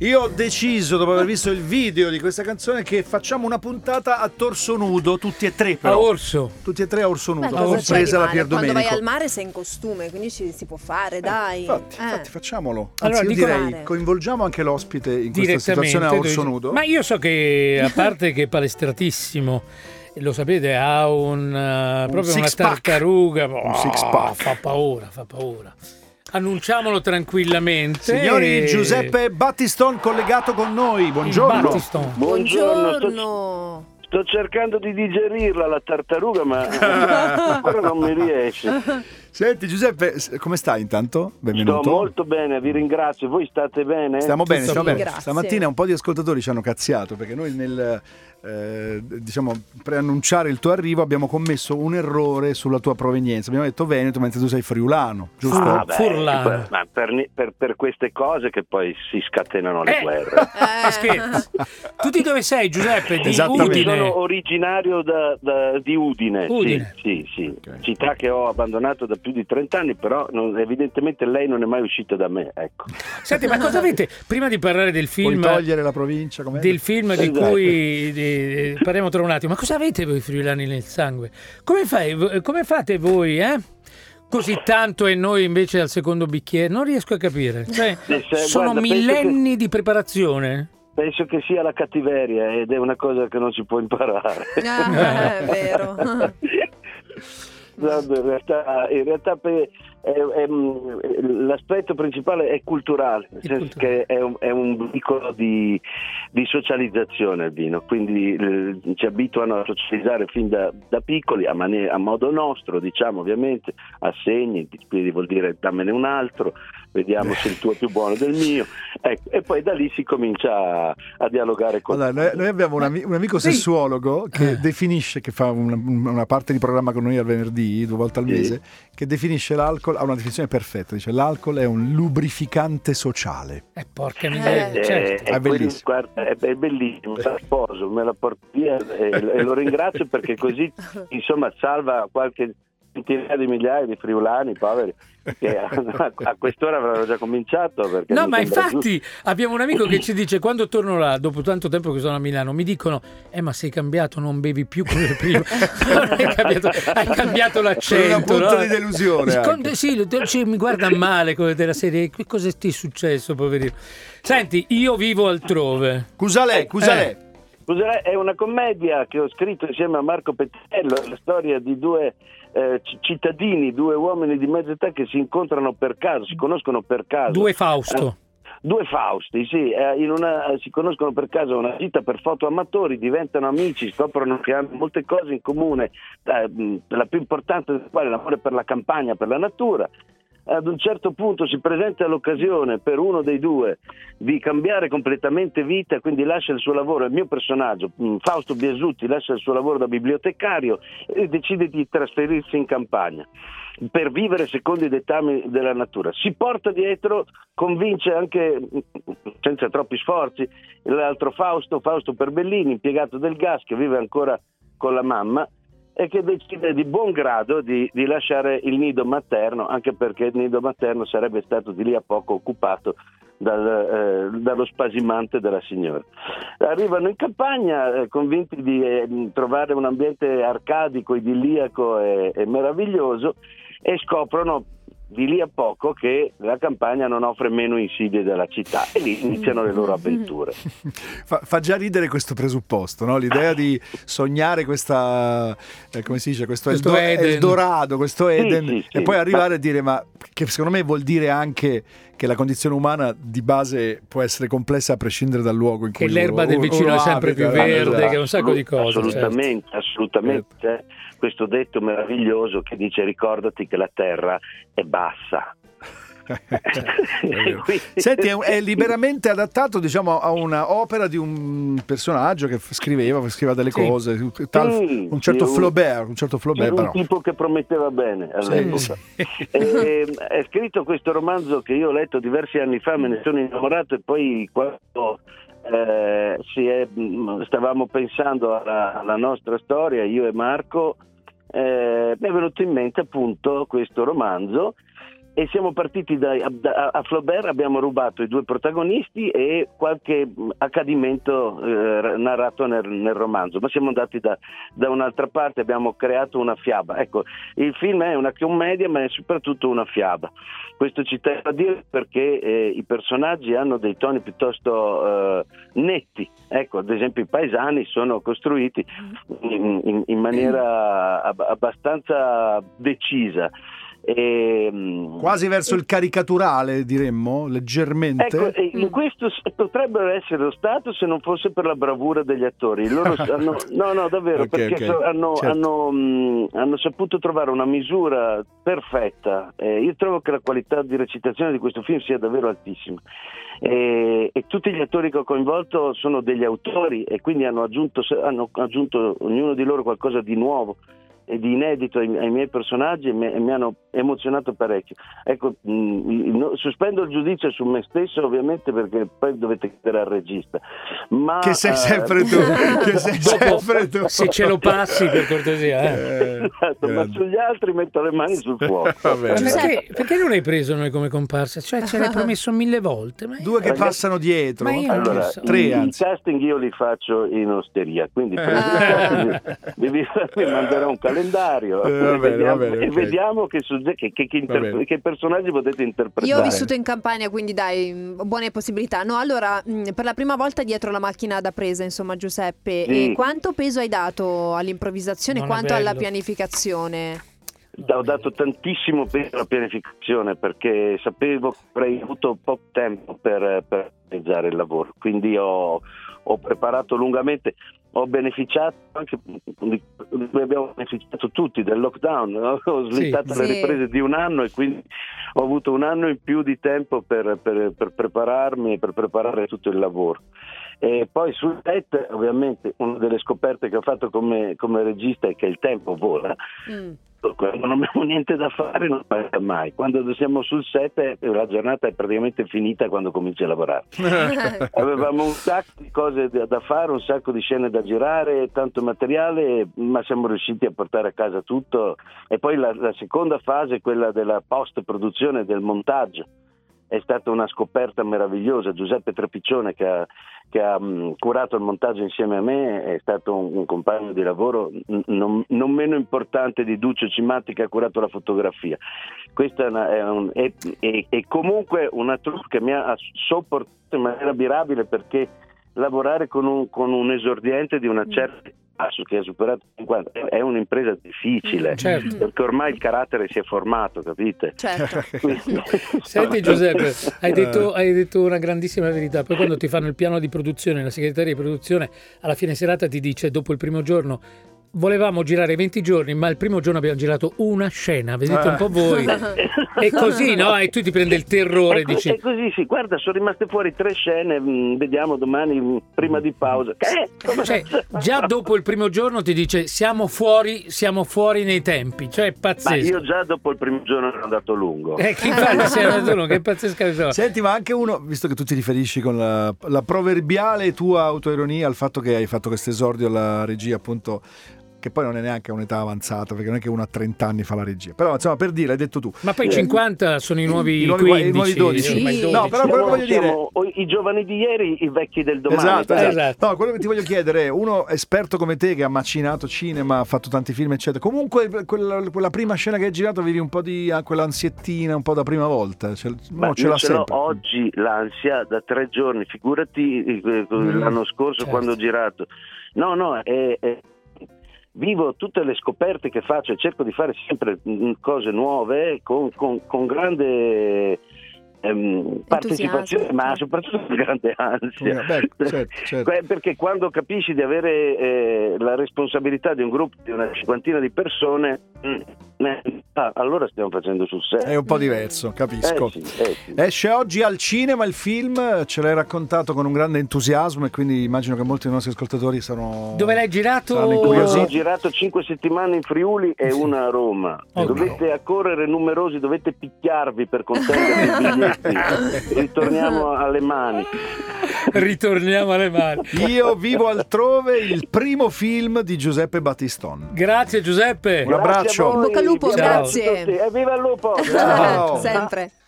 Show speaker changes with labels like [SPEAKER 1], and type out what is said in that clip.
[SPEAKER 1] Io ho deciso, dopo aver visto il video di questa canzone, che facciamo una puntata a torso nudo, tutti e tre però.
[SPEAKER 2] A orso.
[SPEAKER 1] Tutti e tre a orso nudo,
[SPEAKER 3] compresa
[SPEAKER 1] la Pierdomenico.
[SPEAKER 3] Quando vai al mare sei in costume, quindi si può fare, dai.
[SPEAKER 1] Infatti facciamolo.
[SPEAKER 2] Allora,
[SPEAKER 1] Anzi, io direi
[SPEAKER 3] fare.
[SPEAKER 1] coinvolgiamo anche l'ospite in questa situazione a orso nudo.
[SPEAKER 2] Ma io so che, a parte che è palestratissimo, lo sapete, ha proprio una tartaruga.
[SPEAKER 1] Un six pack.
[SPEAKER 2] Fa paura. Annunciamolo tranquillamente.
[SPEAKER 1] Signori, Giuseppe Battiston collegato con noi. Buongiorno.
[SPEAKER 3] Buongiorno.
[SPEAKER 4] Sto cercando di digerirla la tartaruga, ma ancora non mi riesce.
[SPEAKER 1] Senti Giuseppe, come stai intanto? Benvenuto.
[SPEAKER 4] Sto molto bene, vi ringrazio. Voi state bene?
[SPEAKER 1] Stiamo bene.
[SPEAKER 3] Grazie.
[SPEAKER 1] Stamattina un po' di ascoltatori ci hanno cazziato perché noi nel preannunciare il tuo arrivo abbiamo commesso un errore sulla tua provenienza. Abbiamo detto Veneto mentre tu sei friulano, giusto?
[SPEAKER 2] Furlano.
[SPEAKER 4] Ma per queste cose che poi si scatenano le guerre.
[SPEAKER 2] Scherzo. Tu di dove sei, Giuseppe? Di
[SPEAKER 1] Esattamente.
[SPEAKER 2] Udine.
[SPEAKER 4] Sono originario di Udine.
[SPEAKER 2] Udine.
[SPEAKER 4] Sì.
[SPEAKER 1] Okay.
[SPEAKER 4] Città che ho abbandonato da più di 30 anni, però evidentemente lei non è mai uscita da me, ecco.
[SPEAKER 2] Senti, ma cosa avete, prima di parlare del film,
[SPEAKER 1] Puoi togliere la provincia, com'è?
[SPEAKER 2] del film di
[SPEAKER 4] Esatto.
[SPEAKER 2] cui parliamo tra un attimo, ma cosa avete voi friulani nel sangue? Come fate voi, così tanto e noi invece al secondo bicchiere? Non riesco a capire. Cioè, sono
[SPEAKER 4] guarda,
[SPEAKER 2] millenni di preparazione.
[SPEAKER 4] Penso che sia la cattiveria ed è una cosa che non si può imparare.
[SPEAKER 3] È vero.
[SPEAKER 4] No, in realtà l'aspetto principale è culturale, nel senso che è un veicolo di socializzazione il vino, quindi ci abituano a socializzare fin da piccoli a modo nostro, diciamo, ovviamente, assegni, quindi vuol dire dammene un altro, vediamo se il tuo è più buono del mio, ecco, e poi da lì si comincia a dialogare con
[SPEAKER 1] Noi abbiamo un amico sessuologo che definisce, che fa una parte di programma con noi al venerdì, 2 volte al mese, che definisce l'alcol, ha una definizione perfetta, dice l'alcol è un lubrificante sociale.
[SPEAKER 2] Porca miseria, certo.
[SPEAKER 1] È bellissimo.
[SPEAKER 4] È bellissimo, la sposo, me la porto via e lo ringrazio perché così insomma salva qualche centinaia di migliaia di friulani poveri che a quest'ora avranno già cominciato. Perché
[SPEAKER 2] no, ma infatti abbiamo un amico che ci dice, quando torno là dopo tanto tempo che sono a Milano, mi dicono ma sei cambiato, non bevi più come prima. hai cambiato l'accento,
[SPEAKER 1] un punto
[SPEAKER 2] no?
[SPEAKER 1] di delusione
[SPEAKER 2] sì, mi guarda male come della serie, che cosa ti è successo, poverino? Senti, io vivo altrove.
[SPEAKER 1] Cus'è?
[SPEAKER 4] È una commedia che ho scritto insieme a Marco Pettello, la storia di due cittadini, 2 uomini di mezza età che si incontrano per caso, si conoscono per caso.
[SPEAKER 2] 2 Fausto.
[SPEAKER 4] 2 Fausti, sì, si conoscono per caso a una gita per foto amatori, diventano amici, scoprono che hanno molte cose in comune, la più importante delle quali è l'amore per la campagna, per la natura. Ad un certo punto si presenta l'occasione per uno dei 2 di cambiare completamente vita, quindi lascia il suo lavoro, il mio personaggio, Fausto Biasutti, lascia il suo lavoro da bibliotecario e decide di trasferirsi in campagna per vivere secondo i dettami della natura. Si porta dietro, convince anche senza troppi sforzi l'altro Fausto Perbellini, impiegato del gas che vive ancora con la mamma e che decide di buon grado di lasciare il nido materno, anche perché il nido materno sarebbe stato di lì a poco occupato dallo spasimante della signora. Arrivano in campagna convinti di trovare un ambiente arcadico, idilliaco e meraviglioso, e scoprono di lì a poco che la campagna non offre meno insidie della città, e lì iniziano le loro avventure.
[SPEAKER 1] Fa già ridere questo presupposto, no? L'idea di sognare questa, come si dice, questo Eldorado, questo Eden,
[SPEAKER 4] sì,
[SPEAKER 1] e poi arrivare a dire, ma che secondo me vuol dire anche che la condizione umana di base può essere complessa a prescindere dal luogo in cui
[SPEAKER 2] che l'erba del vicino è sempre più verde, che è un sacco di cose.
[SPEAKER 4] Assolutamente. Questo detto meraviglioso che dice: ricordati che la terra è bassa.
[SPEAKER 1] Senti, è liberamente adattato, diciamo, a una opera di un personaggio che scriveva delle cose, un certo Flaubert,
[SPEAKER 4] un tipo che prometteva bene all'epoca. È scritto questo romanzo che io ho letto diversi anni fa, me ne sono innamorato, e poi quando stavamo pensando alla nostra storia, io e Marco, mi è venuto in mente appunto questo romanzo, e siamo partiti a Flaubert, abbiamo rubato i 2 protagonisti e qualche accadimento narrato nel romanzo, ma siamo andati da un'altra parte, abbiamo creato una fiaba. Ecco, il film è una commedia, ma è soprattutto una fiaba. Questo ci tengo a dire perché i personaggi hanno dei toni piuttosto netti. Ecco, ad esempio i paesani sono costruiti in maniera abbastanza decisa.
[SPEAKER 1] Quasi verso il caricaturale, diremmo, leggermente.
[SPEAKER 4] Ecco, in questo potrebbero essere lo stato se non fosse per la bravura degli attori. Loro no, davvero, perché hanno saputo trovare una misura perfetta. Io trovo che la qualità di recitazione di questo film sia davvero altissima. E tutti gli attori che ho coinvolto sono degli autori e quindi hanno aggiunto ognuno di loro qualcosa di nuovo e di inedito ai miei personaggi e mi hanno emozionato parecchio. Ecco, sospendo il giudizio su me stesso, ovviamente, perché poi dovete chiedere al regista. Ma
[SPEAKER 1] che sei sempre tu, sempre tu.
[SPEAKER 2] Se ce lo passi, per cortesia.
[SPEAKER 4] Esatto, ma sugli altri metto le mani sul fuoco.
[SPEAKER 2] Perché non hai preso noi come comparsa? Cioè, ce l'hai promesso 1000 volte.
[SPEAKER 1] 2 che passano dietro.
[SPEAKER 4] Allora,
[SPEAKER 1] 3 anzi.
[SPEAKER 4] I casting io li faccio in osteria, quindi vi manderò un calendario vediamo che personaggi potete interpretare.
[SPEAKER 3] Io ho vissuto in Campania, quindi dai, buone possibilità. No, allora, per la prima volta dietro la macchina da presa, insomma, Giuseppe,
[SPEAKER 4] sì.
[SPEAKER 3] E quanto peso hai dato all'improvvisazione,
[SPEAKER 2] Non
[SPEAKER 3] quanto alla pianificazione?
[SPEAKER 4] Ho dato tantissimo peso alla pianificazione perché sapevo che avrei avuto poco tempo per realizzare il lavoro, quindi ho preparato lungamente. Ho beneficiato anche, abbiamo beneficiato tutti del lockdown, no? Ho slittato le riprese di 1 anno e quindi ho avuto 1 anno in più di tempo per prepararmi e per preparare tutto il lavoro. E poi sul set, ovviamente, una delle scoperte che ho fatto come regista è che il tempo vola. Quando non abbiamo niente da fare non passa mai. Quando siamo sul set la giornata è praticamente finita quando cominci a lavorare. Avevamo un sacco di cose da fare, un sacco di scene da girare, tanto materiale, ma siamo riusciti a portare a casa tutto. E poi la seconda fase, quella della post-produzione, del montaggio, è stata una scoperta meravigliosa. Giuseppe Trepiccione, che ha curato il montaggio insieme a me, è stato un compagno di lavoro non meno importante di Duccio Cimatti, che ha curato la fotografia. Questa è comunque una troupe che mi ha sopportato in maniera mirabile, perché lavorare con un esordiente di una certa che ha superato 50 è un'impresa difficile,
[SPEAKER 2] certo,
[SPEAKER 4] perché ormai il carattere si è formato, capite?
[SPEAKER 3] Certo.
[SPEAKER 2] Senti Giuseppe, hai detto una grandissima verità. Poi quando ti fanno il piano di produzione, la segreteria di produzione alla fine serata ti dice, dopo il primo giorno: volevamo girare 20 giorni, ma il primo giorno abbiamo girato una scena, vedete un po' voi. È così, no? E tu ti prendi il terrore, dici.
[SPEAKER 4] È così, sì, guarda, sono rimaste fuori 3 scene, vediamo domani prima di pausa.
[SPEAKER 2] Cioè, già dopo il primo giorno ti dice siamo fuori nei tempi, cioè è pazzesco.
[SPEAKER 4] Ma io già dopo il primo giorno ero andato lungo.
[SPEAKER 2] Che è pazzesca.
[SPEAKER 1] Senti, ma anche uno, visto che tu ti riferisci con la proverbiale tua autoironia al fatto che hai fatto questo esordio alla regia, appunto, che poi non è neanche un'età avanzata, perché non è che uno a 30 anni fa la regia, però insomma, per dire, hai detto tu.
[SPEAKER 2] Ma poi 50 sono i nuovi 15,
[SPEAKER 1] i nuovi 12.
[SPEAKER 3] Sì.
[SPEAKER 1] No, però quello che voglio dire,
[SPEAKER 4] i giovani di ieri, i vecchi del domani.
[SPEAKER 1] Esatto. No, quello che ti voglio chiedere è, uno esperto come te che ha macinato cinema, ha fatto tanti film eccetera, comunque quella prima scena che hai girato avevi un po' di quell'ansiettina un po' da prima volta, ce l'ha sempre.
[SPEAKER 4] Oggi l'ansia da 3 giorni, figurati l'anno scorso, certo, quando ho girato. Vivo tutte le scoperte che faccio e cerco di fare sempre cose nuove con grande partecipazione, ma soprattutto con grande ansia. Certo. Perché quando capisci di avere la responsabilità di un gruppo di una 50ina di persone, allora stiamo facendo sul set.
[SPEAKER 1] È un po' diverso, capisco.
[SPEAKER 4] Sì.
[SPEAKER 1] Esce oggi al cinema il film, ce l'hai raccontato con un grande entusiasmo e quindi immagino che molti dei nostri ascoltatori sono.
[SPEAKER 2] Dove l'hai girato?
[SPEAKER 4] Ho girato 5 settimane in Friuli e una a Roma. Dovete accorrere numerosi, dovete picchiarvi per contendere i biglietti. Ritorniamo alle mani.
[SPEAKER 2] ritorniamo alle mani.
[SPEAKER 1] Io vivo altrove, il primo film di Giuseppe Battiston.
[SPEAKER 2] Grazie Giuseppe.
[SPEAKER 1] Un abbraccio.
[SPEAKER 3] In bocca al lupo,
[SPEAKER 2] Ciao.
[SPEAKER 3] grazie.
[SPEAKER 4] E viva il lupo!
[SPEAKER 1] Ciao.
[SPEAKER 3] Sempre.